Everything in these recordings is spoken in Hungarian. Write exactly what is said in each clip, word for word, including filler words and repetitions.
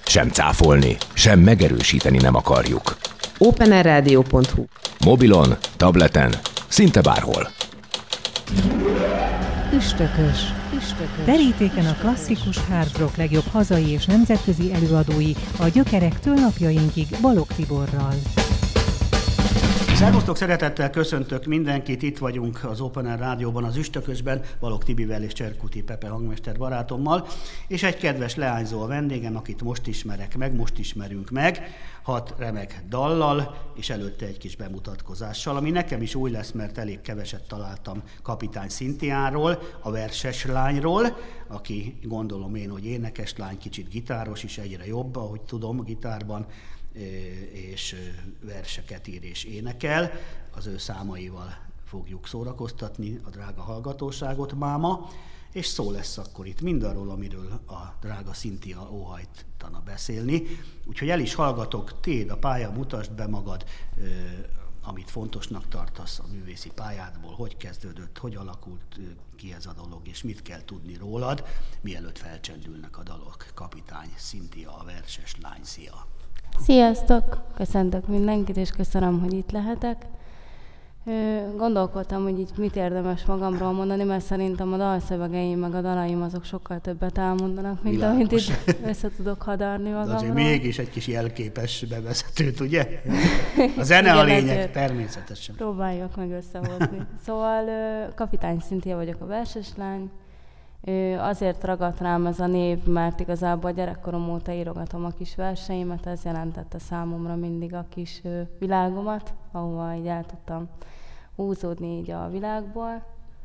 sem cáfolni, sem megerősíteni nem akarjuk. openerradio pont hu Mobilon, tableten, szinte bárhol. Üstökös. Üstökös. Terítéken a klasszikus hard rock legjobb hazai és nemzetközi előadói a gyökerektől napjainkig Balogh Tiborral. Szervusztok, szeretettel köszöntök mindenkit, itt vagyunk az Open Air Rádióban, az Üstökösben, Balogh Tibivel és Cserkuti Pepe hangmester barátommal, és egy kedves leányzó a vendégem, akit most ismerek meg, most ismerünk meg, hat remek dallal, és előtte egy kis bemutatkozással, ami nekem is új lesz, mert elég keveset találtam Kapitány Szintiáról, a verses lányról, aki gondolom én, hogy énekes lány, kicsit gitáros is, egyre jobb, ahogy tudom, gitárban, és verseket ír és énekel. Az ő számaival fogjuk szórakoztatni a drága hallgatóságot máma, és szó lesz akkor itt mindarról, amiről a drága Szintia óhajtana beszélni. Úgyhogy el is hallgatok, téd a pálya, mutasd be magad, amit fontosnak tartasz a művészi pályádból, hogy kezdődött, hogy alakult ki ez a dolog, és mit kell tudni rólad, mielőtt felcsendülnek a dalok. Kapitány Szintia, a verses lány, szia! Sziasztok! Köszöntök mindenkit, és köszönöm, hogy itt lehetek. Gondolkodtam, hogy így mit érdemes magamról mondani, mert szerintem a dalszövegeim meg a dalaim azok sokkal többet elmondanak, mint Világos. Amit itt össze tudok hadarni magamról. De azért mégis egy kis jelképes bevezetőt, ugye? A zene a lényeg, természetesen. Próbáljak meg összehozni. Szóval Kapitány Szintia vagyok, a verses lány. Azért ragadt rám ez a név, mert igazából gyerekkorom óta írogatom a kis verseimet, ez jelentette számomra mindig a kis világomat, ahova így el tudtam húzódni így a világból.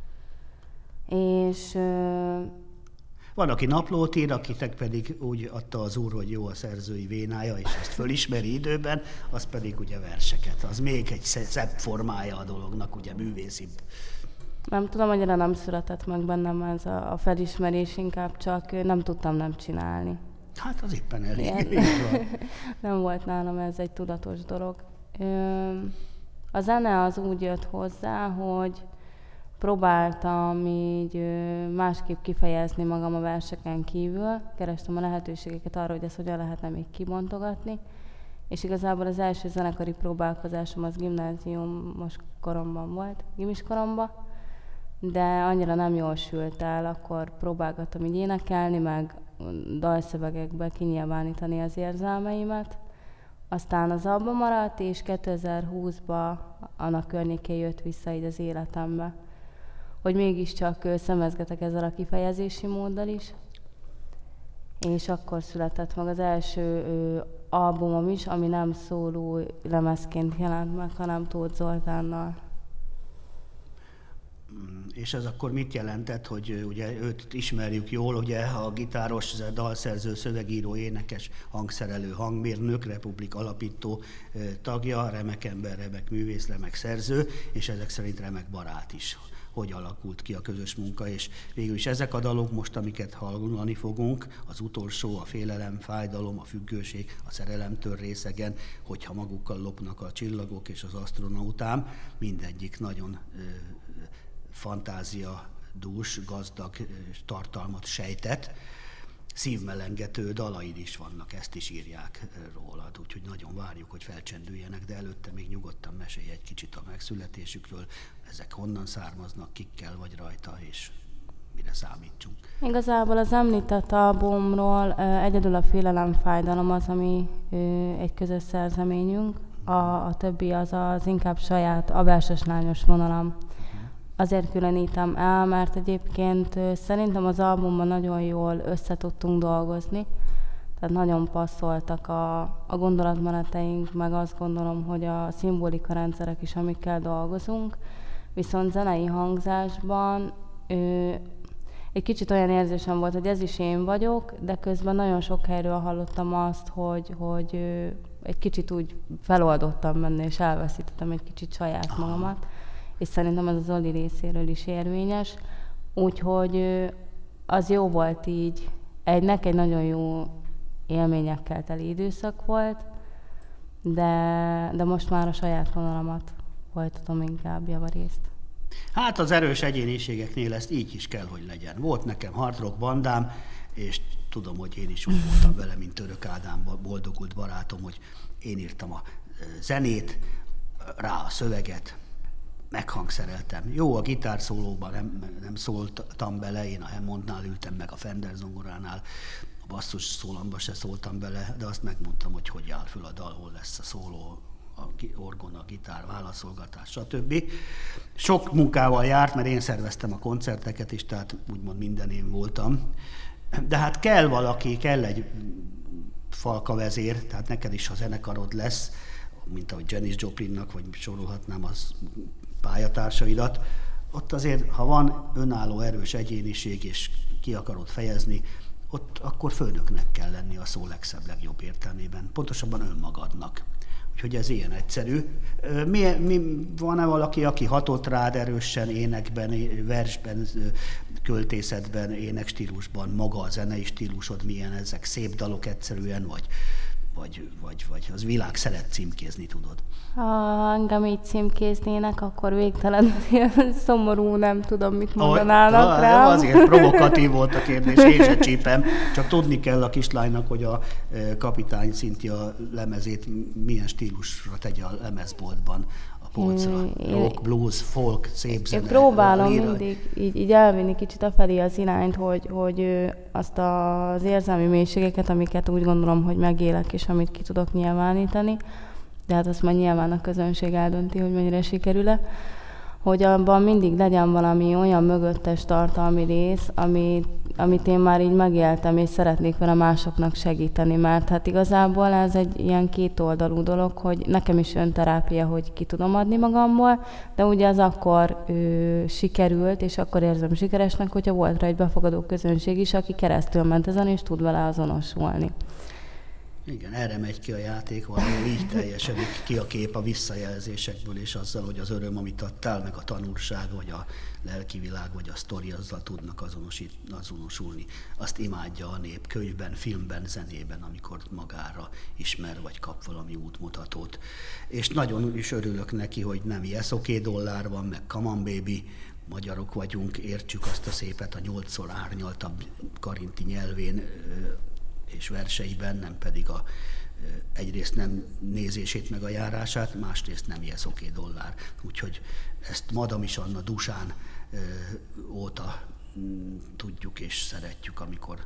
És... Van, aki naplót ír, akinek pedig úgy adta az úr, hogy jó a szerzői vénája, és ezt fölismeri időben, az pedig ugye verseket. Az még egy szebb formája a dolognak, ugye művészibb. Nem tudom, annyira nem született meg bennem ez a, a felismerés, inkább csak nem tudtam nem csinálni. Hát az éppen elég. Nem volt nálam ez egy tudatos dolog. A zene az úgy jött hozzá, hogy próbáltam így másképp kifejezni magam a verseken kívül. Kerestem a lehetőségeket arra, hogy ezt hogyan lehetne még kibontogatni. És igazából az első zenekari próbálkozásom az gimnáziumos koromban volt, gimis koromban. De annyira nem jól sült el, akkor próbálgattam így énekelni, meg dalszövegekbe kinyilvánítani az érzelmeimet. Aztán az abba maradt, és kétezer-húszban annak környékén jött vissza így az életembe, hogy mégiscsak szemezgetek ezzel a kifejezési móddal is. És akkor született meg az első ö, albumom is, ami nem szóló lemezként jelent meg, hanem Tóth Zoltánnal. És ez akkor mit jelentett, hogy ugye őt ismerjük jól, ugye a gitáros, dalszerző, szövegíró, énekes, hangszerelő, hangmérnök, Republik alapító tagja, remek ember, remek művész, remek szerző, és ezek szerint remek barát is. Hogy alakult ki a közös munka, és végül is ezek a dalok most, amiket hallani fogunk, az utolsó, a félelem, fájdalom, a függőség, a szerelemtől részegen, hogyha magukkal lopnak a csillagok és az asztronautám, mindegyik nagyon fantázia dús, gazdag tartalmat sejtett, szívmelengető dalaid is vannak, ezt is írják rólad, úgyhogy nagyon várjuk, hogy felcsendüljenek, de előtte még nyugodtan mesélj egy kicsit a megszületésükről, ezek honnan származnak, kikkel vagy rajta, és mire számítsunk. Igazából az említett albumról egyedül a félelem, fájdalom az, ami egy közös szerzeményünk, a, a többi az az inkább saját, a verses lányos vonalam. Azért különítem el, mert egyébként szerintem az albumban nagyon jól össze tudtunk dolgozni, tehát nagyon passzoltak a, a gondolatmeneteink, meg azt gondolom, hogy a szimbolika rendszerek is, amikkel dolgozunk, viszont zenei hangzásban ö, egy kicsit olyan érzésem volt, hogy ez is én vagyok, de közben nagyon sok helyről hallottam azt, hogy, hogy ö, egy kicsit úgy feloldottam benne, és elveszítettem egy kicsit saját magamat. És szerintem ez az Zoli részéről is érvényes. Úgyhogy az jó volt így. Egynek egy nagyon jó élményekkel teli időszak volt, de, de most már a saját vonalamat folytatom inkább javarészt. Hát az erős egyéniségeknél ezt így is kell, hogy legyen. Volt nekem hard rock bandám, és tudom, hogy én is úgy voltam vele, mint Török Ádám boldogult barátom, hogy én írtam a zenét, rá a szöveget, meghangszereltem. Jó, a gitárszólóban nem, nem szóltam bele, én a Hammondnál ültem, meg a Fender zongoránál, a basszus szólamba se szóltam bele, de azt megmondtam, hogy hogy áll föl a dal, hol lesz a szóló, a orgona, a gitár, válaszolgatás, stb. Sok munkával járt, mert én szerveztem a koncerteket is, tehát úgymond minden én voltam. De hát kell valaki, kell egy falkavezér, tehát neked is, ha zenekarod lesz, mint ahogy Janis Joplinnak, vagy sorolhatnám az pályatársaidat, ott azért, ha van önálló erős egyéniség, és ki akarod fejezni, ott akkor főnöknek kell lenni a szó legszebb, legjobb értelmében. Pontosabban önmagadnak. Úgyhogy ez ilyen egyszerű. Mi, mi, van-e valaki, aki hatott rád erősen énekben, versben, költészetben, énekstílusban, maga a zenei stílusod milyen, ezek szép dalok egyszerűen, vagy, vagy, vagy, vagy az világ szeret címkézni, tudod? Ha engem így címkéznének, akkor végtelen szomorú, nem tudom, mit mondanának oh, rám. Azért provokatív volt a kérdés, én se csípem. Csak tudni kell a kislánynak, hogy a Kapitány Cynthia lemezét milyen stílusra tegye a lemezboltban, a polcra. Rock, blues, folk, szép zene. Én próbálom líra. mindig így, így elvinni kicsit afelé az irányt, hogy, hogy azt az érzelmi mélységeket, amiket úgy gondolom, hogy megélek, és amit ki tudok nyilvánítani, de hát azt már nyilván a közönség eldönti, hogy mennyire sikerül-e, hogy abban mindig legyen valami olyan mögöttes tartalmi rész, amit, amit én már így megéltem, és szeretnék vele másoknak segíteni, mert hát igazából ez egy ilyen kétoldalú dolog, hogy nekem is önterápia, hogy ki tudom adni magamból, de ugye ez akkor ő, sikerült, és akkor érzem sikeresnek, hogyha volt rá egy befogadó közönség is, aki keresztül ment ezen, és tud vele azonosulni. Igen, erre megy ki a játék, valahol így teljesedik ki a kép a visszajelzésekből, és azzal, hogy az öröm, amit adtál, meg a tanulság, vagy a lelki világ, vagy a sztori, azzal tudnak azonosít, azonosulni. Azt imádja a nép könyvben, filmben, zenében, amikor magára ismer, vagy kap valami útmutatót. És nagyon is örülök neki, hogy nem Yes Okay dollár van, meg Come on Baby, magyarok vagyunk, értsük azt a szépet a nyolcszor árnyaltabb karinti nyelvén, és verseiben, nem pedig a, egyrészt nem nézését meg a járását, másrészt nem Yes Okay dollár. Úgyhogy ezt Madam is Anna Dusán ö, óta m, tudjuk és szeretjük, amikor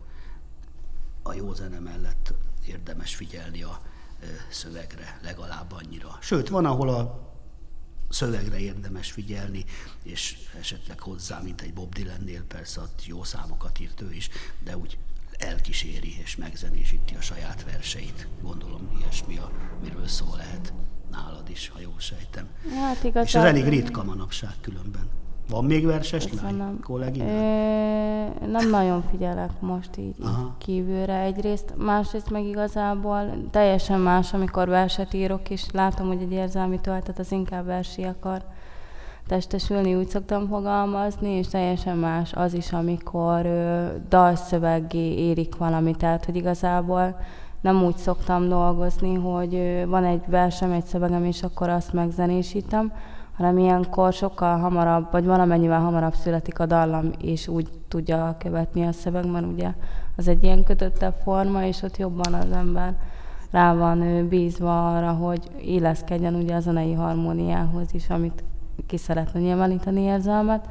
a jó zene mellett érdemes figyelni a ö, szövegre, legalább annyira. Sőt, van, ahol a szövegre érdemes figyelni, és esetleg hozzá, mint egy Bob Dylannél, persze jó számokat írt ő is, de úgy elkíséri és megzenésíti a saját verseit. Gondolom, ilyesmi, miről szó lehet nálad is, ha jól sejtem. Hát igazán... És ez elég ritka manapság különben. Van még verses lány kolléginál? Nem nagyon figyelek most így, így kívülre egyrészt. Másrészt meg igazából teljesen más, amikor verset írok, és látom, hogy egy érzelmi töltet az inkább versi akar testesülni, úgy szoktam fogalmazni, és teljesen más az is, amikor ö, dalszöveggé érik valami. Tehát, hogy igazából nem úgy szoktam dolgozni, hogy ö, van egy versem, egy szövegem, és akkor azt megzenésítem, hanem ilyenkor sokkal hamarabb, vagy valamennyivel hamarabb születik a dallam, és úgy tudja követni a szöveg, mert ugye az egy ilyen kötöttebb forma, és ott jobban az ember rá van ö, bízva arra, hogy illeszkedjen ugye a zenei harmóniához is, amit ki szeretne nyilvánítani érzelmet.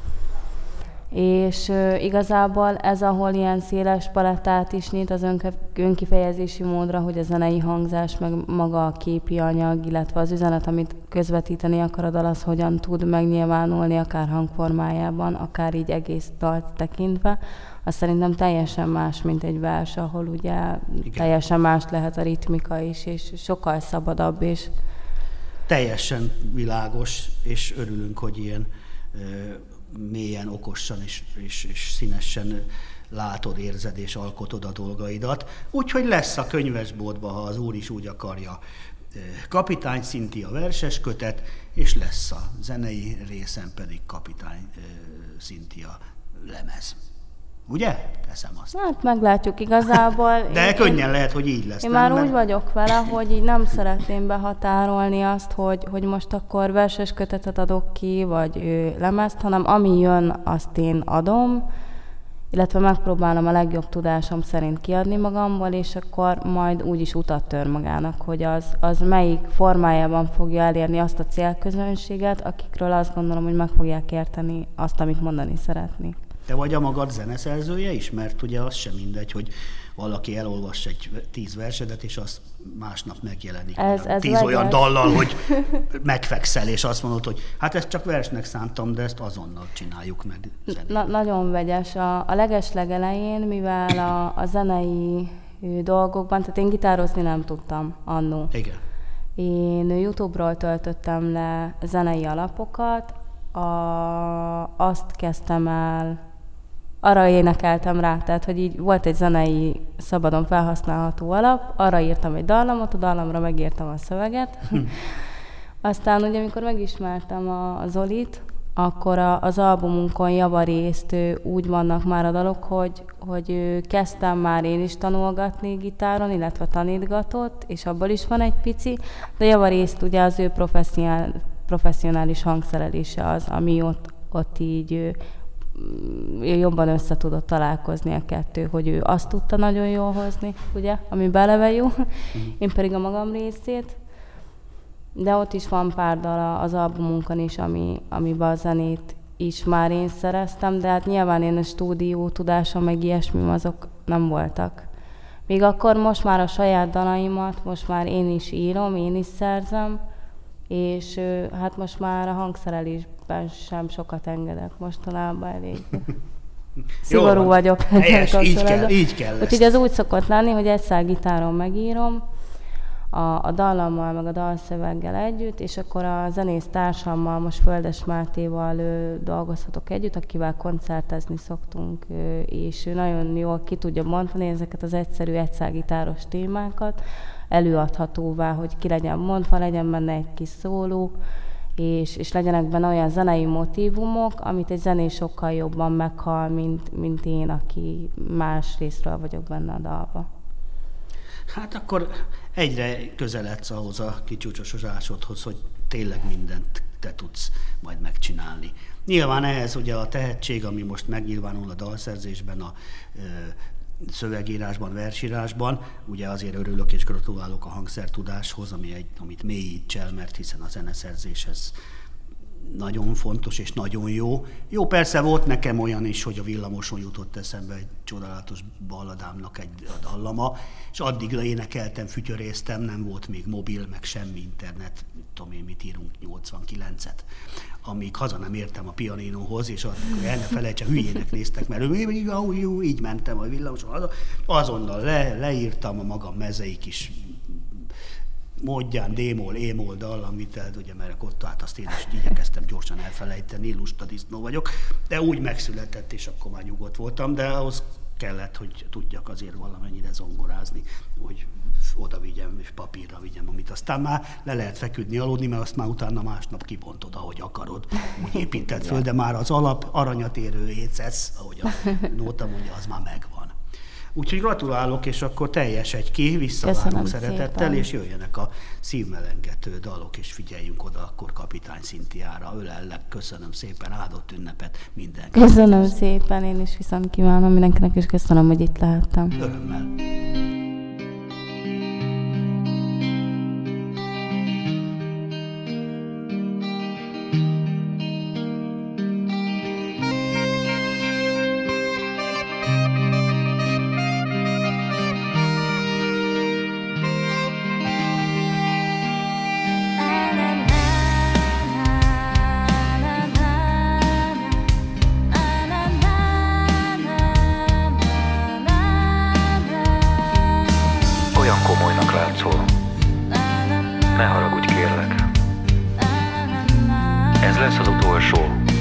És uh, igazából ez, ahol ilyen széles palettát is nyit az önke- önkifejezési módra, hogy a zenei hangzás, meg maga a képi anyag, illetve az üzenet, amit közvetíteni akar a dal, az hogyan tud megnyilvánulni, akár hangformájában, akár így egész dalt tekintve, az szerintem teljesen más, mint egy vers, ahol ugye igen, teljesen más lehet a ritmika is, és sokkal szabadabb, és teljesen világos, és örülünk, hogy ilyen ö, mélyen, okosan és, és, és színesen látod, érzed és alkotod a dolgaidat. Úgyhogy lesz a könyvesboltban, ha az Úr is úgy akarja, Kapitány Cynthia verses kötet, és lesz a zenei részen pedig Kapitány Cynthia lemez. Ugye? Teszem azt. Hát meglátjuk igazából. De én, könnyen lehet, hogy így lesz. Én nem, már mert... úgy vagyok vele, hogy így nem szeretném behatárolni azt, hogy, hogy most akkor verses kötetet adok ki, vagy ő, lemezt, hanem ami jön, azt én adom, illetve megpróbálom a legjobb tudásom szerint kiadni magamból, és akkor majd úgyis utat tör magának, hogy az, az melyik formájában fogja elérni azt a célközönséget, akikről azt gondolom, hogy meg fogják érteni azt, amit mondani szeretnék. Te vagy a magad zeneszerzője is? Mert ugye az sem mindegy, hogy valaki elolvas egy tíz versedet, és az másnap megjelenik. Ez, ez tíz vegyes. Olyan dallal, hogy megfekszel, és azt mondod, hogy hát ezt csak versnek szántam, de ezt azonnal csináljuk meg. Na, nagyon vegyes. A, a legeslegelején, mivel a, a zenei dolgokban, tehát én gitározni nem tudtam annó. Igen. Én YouTube-ról töltöttem le zenei alapokat, a, azt kezdtem el, arra énekeltem rá, tehát hogy így volt egy zenei szabadon felhasználható alap, arra írtam egy dallamot, a dallamra megírtam a szöveget. Hm. Aztán ugye, amikor megismertem a, a Zolit, akkor a, az albumunkon javarészt úgy vannak már a dalok, hogy, hogy kezdtem már én is tanulgatni gitáron, illetve tanítgatott, és abból is van egy pici, de javarészt ugye az ő professzionál, professzionális hangszerelése az, ami ott, ott így jobban össze tudott találkozni a kettő, hogy ő azt tudta nagyon jól hozni, ugye, ami beleve jó, én pedig a magam részét. De ott is van pár dal az albumunkon is, ami, amiben a zenét is már én szereztem, de hát nyilván én a stúdió tudásom, meg ilyesmim azok nem voltak. Még akkor most már a saját dalaimat, most már én is írom, én is szerzem, és hát most már a hangszerelésben sem sokat engedek, mostanában elég szigorú van. vagyok. Helyes, így kell, így kell. Úgyhogy ez úgy szokott lenni, hogy egyszer gitáron megírom, a, a dallammal, meg a dalszöveggel együtt, és akkor a zenész társammal, most Földes Mátéval ő, dolgozhatok együtt, akivel koncertezni szoktunk, ő, és ő nagyon jól ki tudja mondani ezeket az egyszerű egyszágitáros témákat, előadhatóvá, hogy ki legyen mondva, legyen benne egy kis szóló, és, és legyenek benne olyan zenei motívumok, amit egy zenés sokkal jobban meghal, mint, mint én, aki más részről vagyok benne a dalba. Hát akkor egyre közeledsz ahhoz a kicsúcsosodásodhoz, hogy tényleg mindent te tudsz majd megcsinálni. Nyilván ehhez ugye a tehetség, ami most megnyilvánul a dalszerzésben, a ö, szövegírásban, versírásban, ugye azért örülök és gratulálok a hangszertudáshoz, ami egy, amit mélyíts el, mert hiszen a zeneszerzéshez nagyon fontos és nagyon jó. Jó, persze volt nekem olyan is, hogy a villamoson jutott eszembe egy csodálatos balladámnak egy dallama, és addig énekeltem, fütyöréztem, nem volt még mobil, meg semmi internet, mit tudom én, mit írunk, nyolcvankilencet, amíg haza nem értem a pianinóhoz, és akkor el ne felejtse, hülyének néztek, mert így mentem a villamoson, azonnal le, leírtam a magam mezei kis módján, démol, émol dal, amit el, ugye, mert ott át azt én is igyekeztem gyorsan elfelejteni, lusta disznó vagyok, de úgy megszületett, és akkor már nyugodt voltam, de ahhoz kellett, hogy tudjak azért valamennyire zongorázni, hogy oda vigyem, és papírra vigyem, amit aztán már le lehet feküdni, aludni, mert azt már utána másnap kibontod, ahogy akarod, úgy építed föl, de már az alap aranyat érő écesz, ahogy a nóta mondja, az már megvan. Úgyhogy gratulálok, és akkor teljes egy ki, visszavárunk szeretettel, szépen. És jöjjenek a szívmelengető dalok, és figyeljünk oda akkor Kapitány Szintiára. Ölellek, köszönöm szépen, áldott ünnepet mindenkinek. Köszönöm szépen, én is viszont kívánom mindenkinek, és köszönöm, hogy itt lehettem. Örömmel. Ne haragudj, kérlek. Ez lesz az utolsó.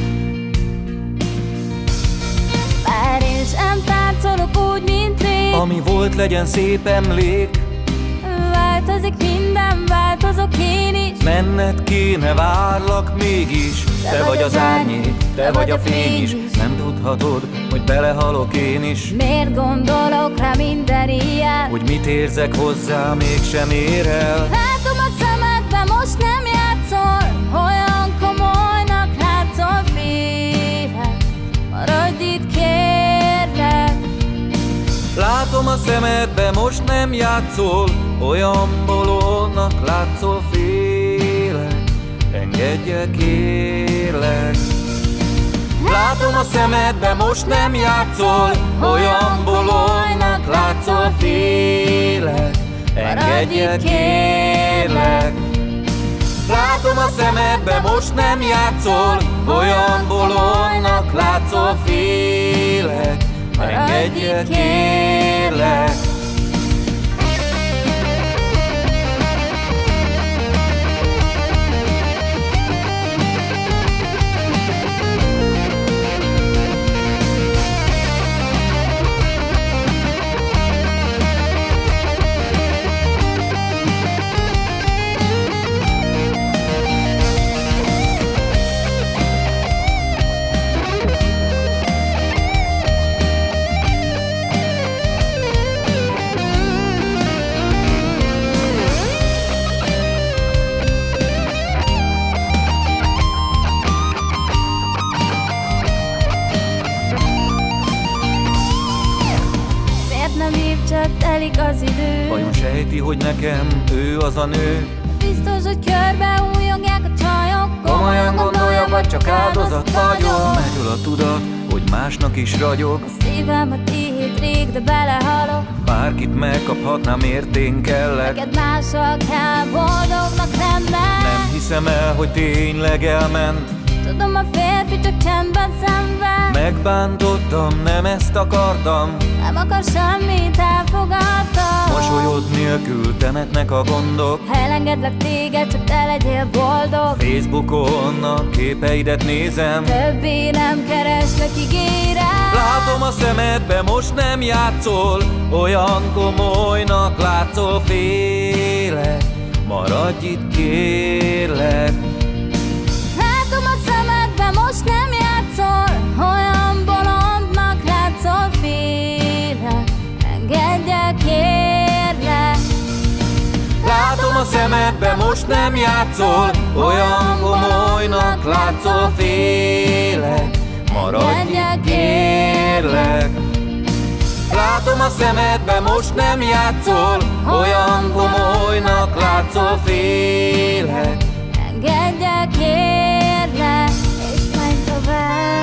Már én sem táncolok úgy, mint rég. Ami volt, legyen szép emlék. Változik minden, változok én is. Menned kéne, várlak mégis. Te, te vagy az árnyék, te, te vagy a fény is. is. Nem tudhatod, hogy belehalok én is. Miért gondolok rá minden ilyen? Hogy mit érzek hozzá, mégsem ér el. Látom a szemedbe, most nem játszol. Olyan komolynak látszol, félek. Maradj itt, kérlek. Látom a szemedbe, most nem játszol, olyan bolondnak látszol, félek, engedj el kérlek. Látom a szemedbe, most nem játszol, olyan bolondnak látszol, félek, engedj el kérlek. Látom a szemedbe, most nem játszol, olyan bolondnak látszol, félek, engedj el kérlek. Telik az idő. Vajon sejti, hogy nekem ő az a nő? Biztos, hogy körbe újongják a csajok. Komolyan gondolja, vagy csak áldozat vagyok? Megöl a tudat, hogy másnak is ragyog. A szívem a tiéd rég, de belehalok. Bárkit megkaphatnám, miért én kellek? Neked mással kell boldognak lennem. Nem hiszem el, hogy tényleg elment. Tudom, a férfi csak csendben szenved. Megbántottam, nem ezt akartam. Nem akar semmit, elfogadtam. Mosolyod nélkül temetnek a gondok. Ha elengedlek téged, csak te legyél boldog. Facebookon a képeidet nézem. Többé nem kereslek, ígérem. Látom a szemedbe, most nem játszol, olyan komolynak látszol, félek, maradj itt kérlek. Látom a szemedbe, most nem játszol, olyan bolondnak látszol, félek, engedj el kérlek. Látom a szemedbe, most nem játszol, olyan komolynak látszol, félek, maradj itt kérlek. Látom a szemedbe, most nem játszol, olyan komolynak látszol, félek, engedj el kérlek, és menj tovább.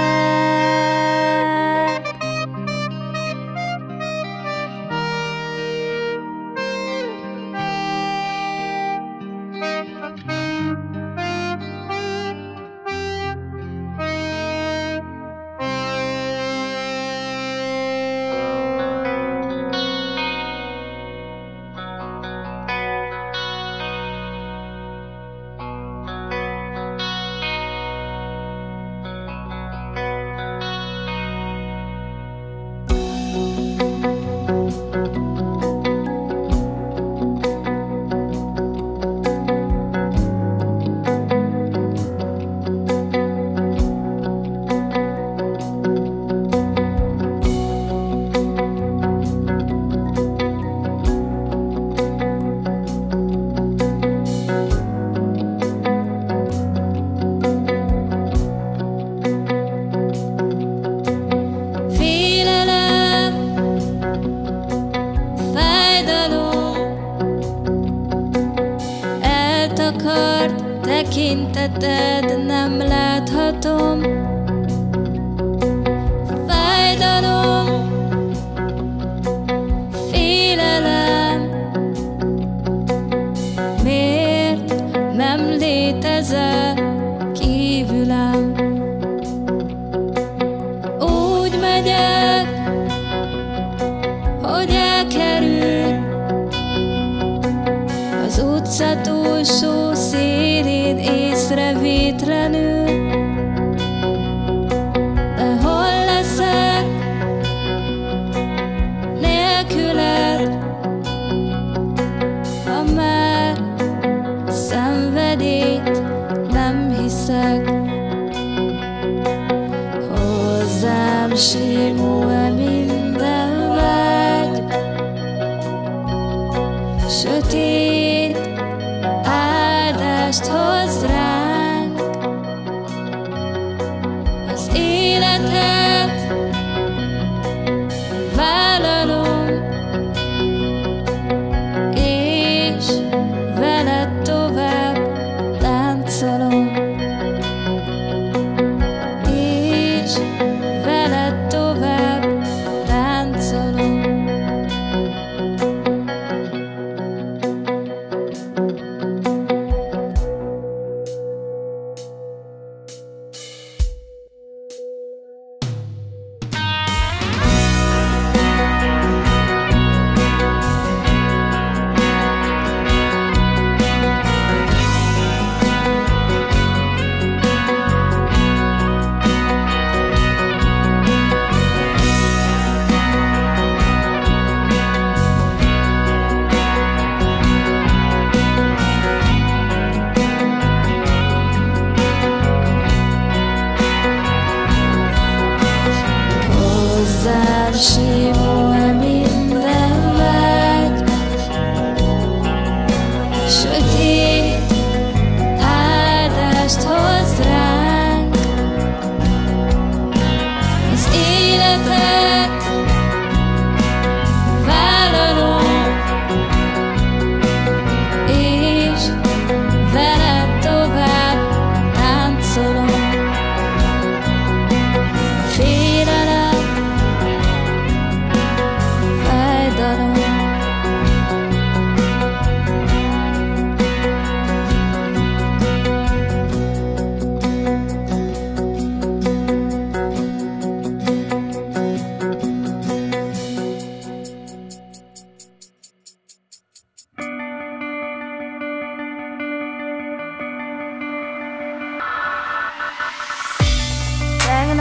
Tekinteted nem láthatom. Fájdalom, félelem, miért nem létezel kívülem? Úgy megyek, hogy elkerül az utca túlsó szélén észrevétlenül. De hol leszek nélküled, ha már szenvedélyt nem hiszek? Hozzám simul minden vágy, sötét áldást hoz ránk. Az életet vállalom,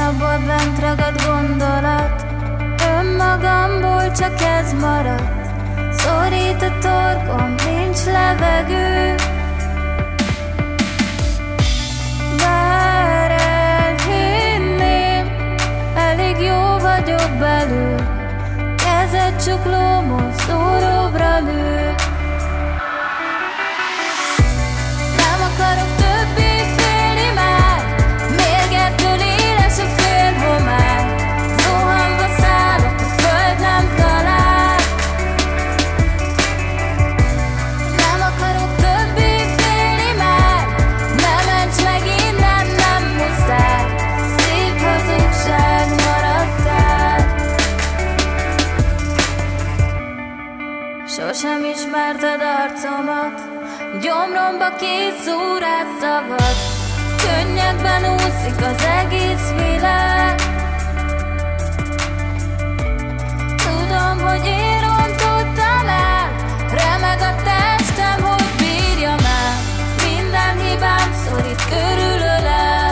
abból bent ragad gondolat, önmagamból csak ez maradt. Szorít a torkom, nincs levegő. Bár elhinném, elég jó vagyok belül, kezed csuklómon szóróbra lő. Nem akarok többé félni már, mérgettől éles a félhomály. Zuhanva szállok, a föld nem talál. Nem akarok többé félni már, ne ments meg innen, nem muszáj. Szép hazugság maradtál. Sosem ismerted arcomat, gyomromba két szúrás szabad. Könnyekben úszik az egész világ. Tudom, hogy én rontottam el, remeg a testem, hogy bírja már. Minden hibám szorít, körülölel.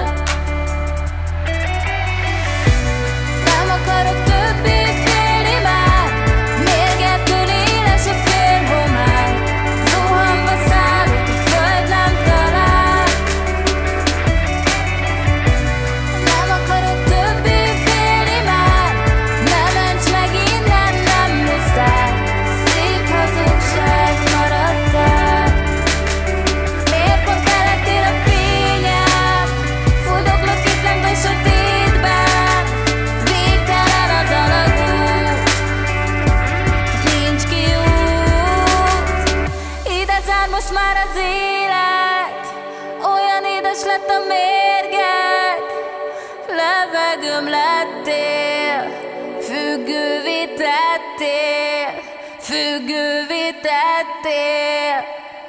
Nem akarok többé félni már, mérgettől éles a félhomály. Zuhanva szállok, a föld nem talál. Nem akarok többé félni már, ne ments meg innen, nem muszáj. Szép hazugság maradtál. Miért pont kelettél a fényem? Fordoglok itt lent a sötétben. Végtelen az alagút, nincs kiút. Ide zár most már az élet, olyan édes lett a mérget. Levegőm lettél, függővé tettél, függővé tettél.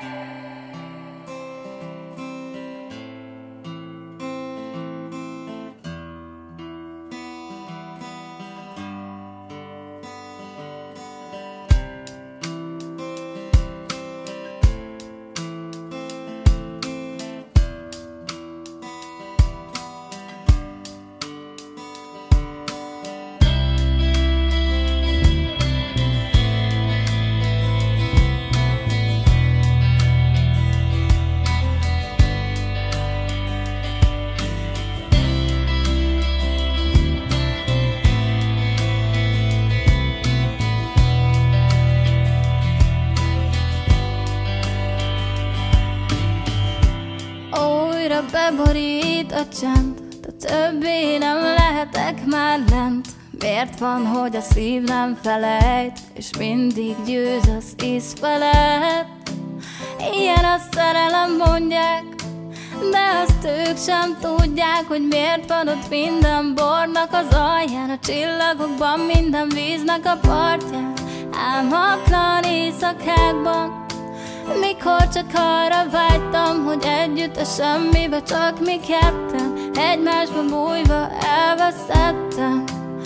Újra beborít a csend, de többé nem lehetek már lent. Miért van, hogy a szív nem felejt, és mindig győz az íz felett? Ilyen a szerelem, mondják, de azt ők sem tudják, hogy miért van ott minden bornak az alján, a csillagokban, minden víznek a partján, álmatlan éjszakákban. Mikor csak arra vágytam, hogy együtt a semmibe, csak mi ketten, egymásban bújva elveszettem.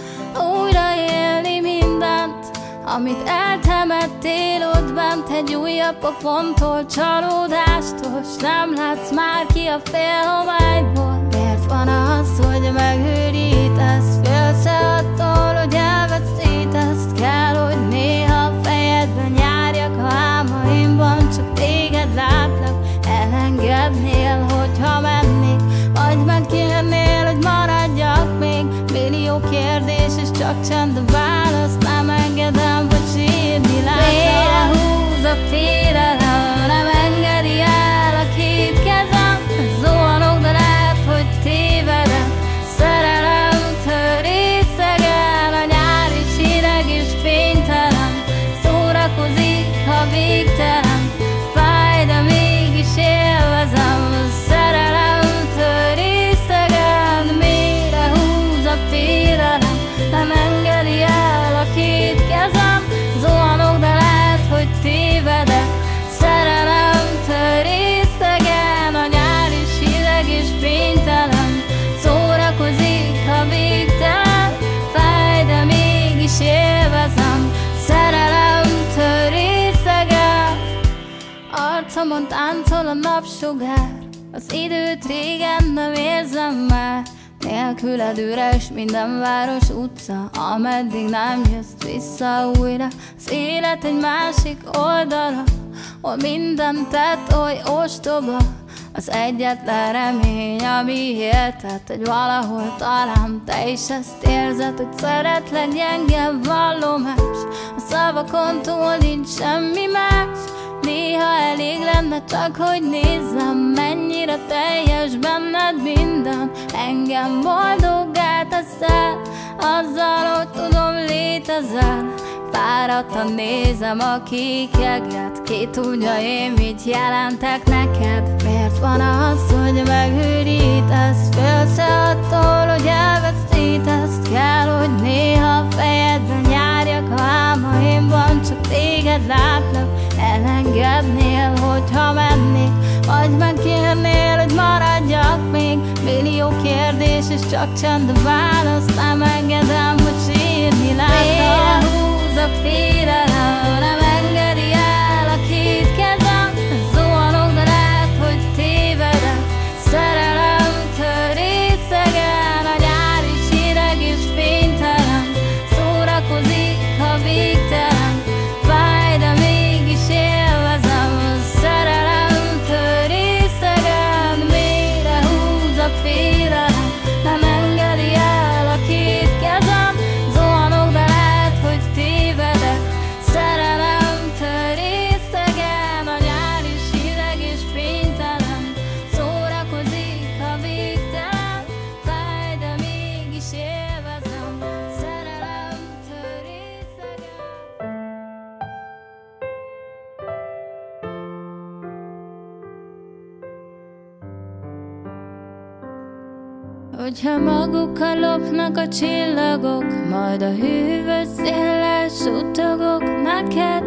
Újra élni mindent, amit eltemettél ott bent, egy újabb pofontól, csalódástól, s nem látsz már ki a félhomályból. Miért van az, hogy megőrítesz, félsz attól, hogy elveszítesz? Kell, hogy néha a fejedben járjak, ha álmaimban csak téged látlak. Elengednél, hogyha mennék, vagy megkérnél, hogy maradjak még. Millió kérdés és csak csend a válasz, nem engedem, hogy sírni látlak. Mélyen húz a félelem, nem engedi el a két kezem. Zuhanok, de lehet, hogy tévedem. Szerelem tör részegen, a nyár is hideg és fénytelen. Szórakozik, ha végtelen, fáj, de mégis élvezem. Szerelem tör részegen, mélyre húz a félelem, nem engedi el a két kezem. Zuhanok, de lehet, hogy tévedek. Szerelem tör részegen, a nyár is hideg és fénytelen. Szórakozik, ha végtelen, fáj, de mégis élvezem. Szerelem tör részegen. Arcomon táncol a napsugár, az időt régen nem érzem már. Nélküled üres minden város utca, ameddig nem jössz vissza újra. Az élet egy másik oldala, hol minden tett oly ostoba. Az egyetlen remény, ami éltet, hogy valahol talán te is ezt érzed, hogy szeretlek gyenge vallomás. A szavakon túl nincs semmi más. Néha elég lenne csak, hogy nézzem, mennyire teljes benned minden. Engem boldoggá teszel, azzal, hogy tudom létezel. Fáradtan nézem a kék jeget, ki tudja én mit jelentek neked. Miért van az, hogy megőrítesz? Félsz attól, hogy elveszítesz? Kell, hogy néha a fejedben járjak a álmaimban, csak téged látlak. Elengednél, hogyha mennék, vagy megkérnél, hogy maradjak még. Millió kérdés és csak csend válasz, nem engedem, hogy sírni láttam. Húz a félelem, nem engedi el a két kezem. Zuhanok, de lehet, hogy tévedek. Szerelem tör részegen, a nyár is hideg és fénytelen. Szórakozik, ha végtelen, fáj, de mégis élvezem. Szerelem tör részegen, mélyre húz a félelem, nem engedi el a két kezem. Zuhanok, de lehet, hogy tévedek. Szerelem tör részegen, a nyár is hideg és fénytelen. Szórakozik, ha végtelen, fáj, de mégis élvezem. Szerelem tör részegen. Hogyha magukkal lopnak a csillagok, majd a hűvös széllel suttogok neked,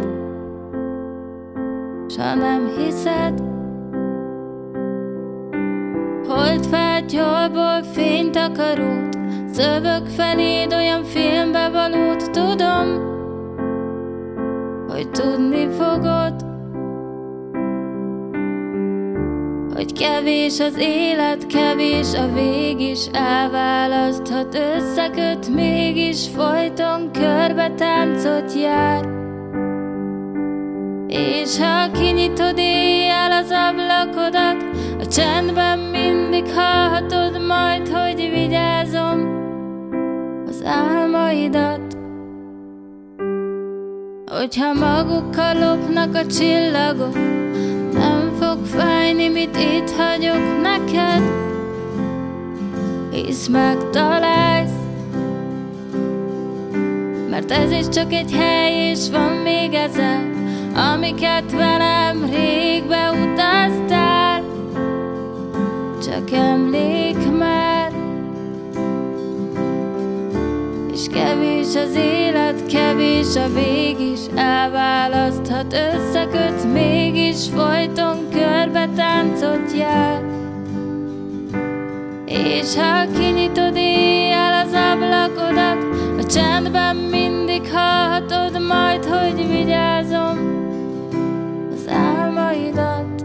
s ha nem hiszed, holdfátyolból fényt akarót, szövök feléd olyan filmbe valót. Tudom, hogy tudni fogod, hogy kevés az élet, kevés a vég is. Elválaszthat, összeköt, mégis folyton körbe táncot jár. És ha kinyitod éjjel az ablakodat, a csendben mindig hallhatod majd, hogy vigyázom az álmaidat. Hogyha magukkal lopnak a csillagok, nem fog fájni, mit itt hagyok neked, hisz megtalálsz. Mert ez is csak egy hely, és van még ezer, amiket velem rég beutaztál. Csak emlék már, és kevés az élet, kevés a vég is. Elválaszthat, összeköt, mégis folyton körbe táncot jár. És ha kinyitod éjjel az ablakodat, a csendben mindig hallhatod majd, hogy vigyázom az álmaidat.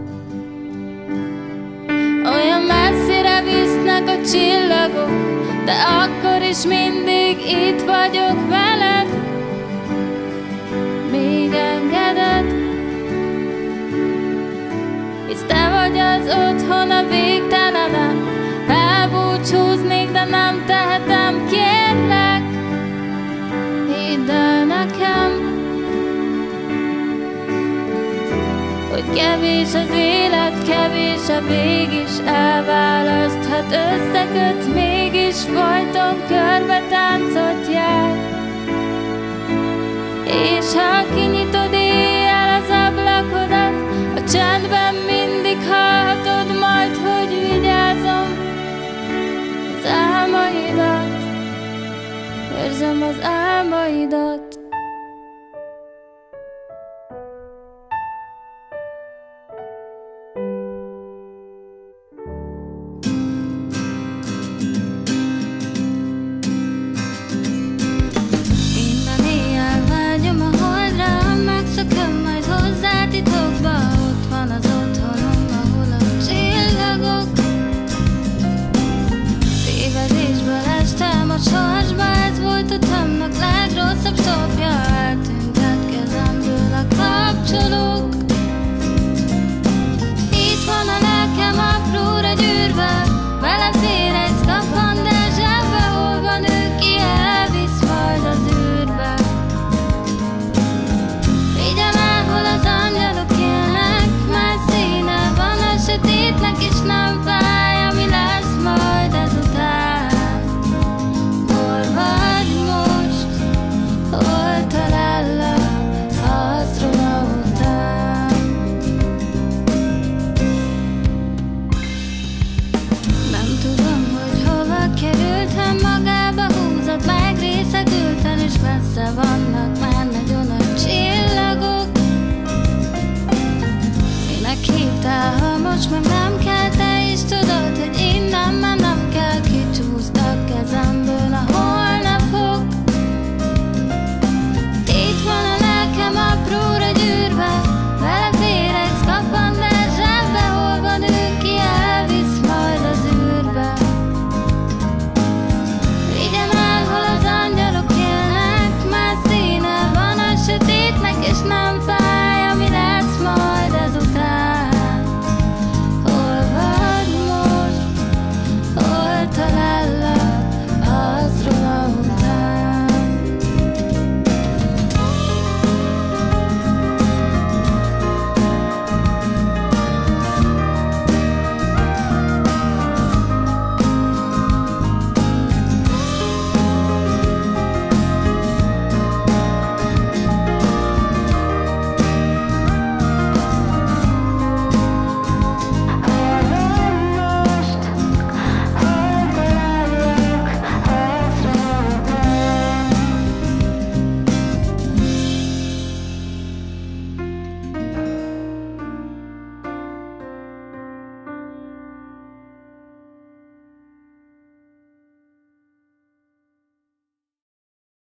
Olyan messzire visznek a csillagok, de akkor is mindig itt vagyok veled. Még engeded, hisz te vagy az otthon a végtelenen. Elbúcsúznék, de nem tehetem, kérlek, hidd el nekem, hogy kevés az élet, kevés a vég is. Elválaszthat, összeköt, mégis folyton körbe táncot jár. És ha kinyitod éjjel az ablakodat, a csendben mindig hallhatod majd, hogy vigyázom az álmaidat. Érzem az álmaidat.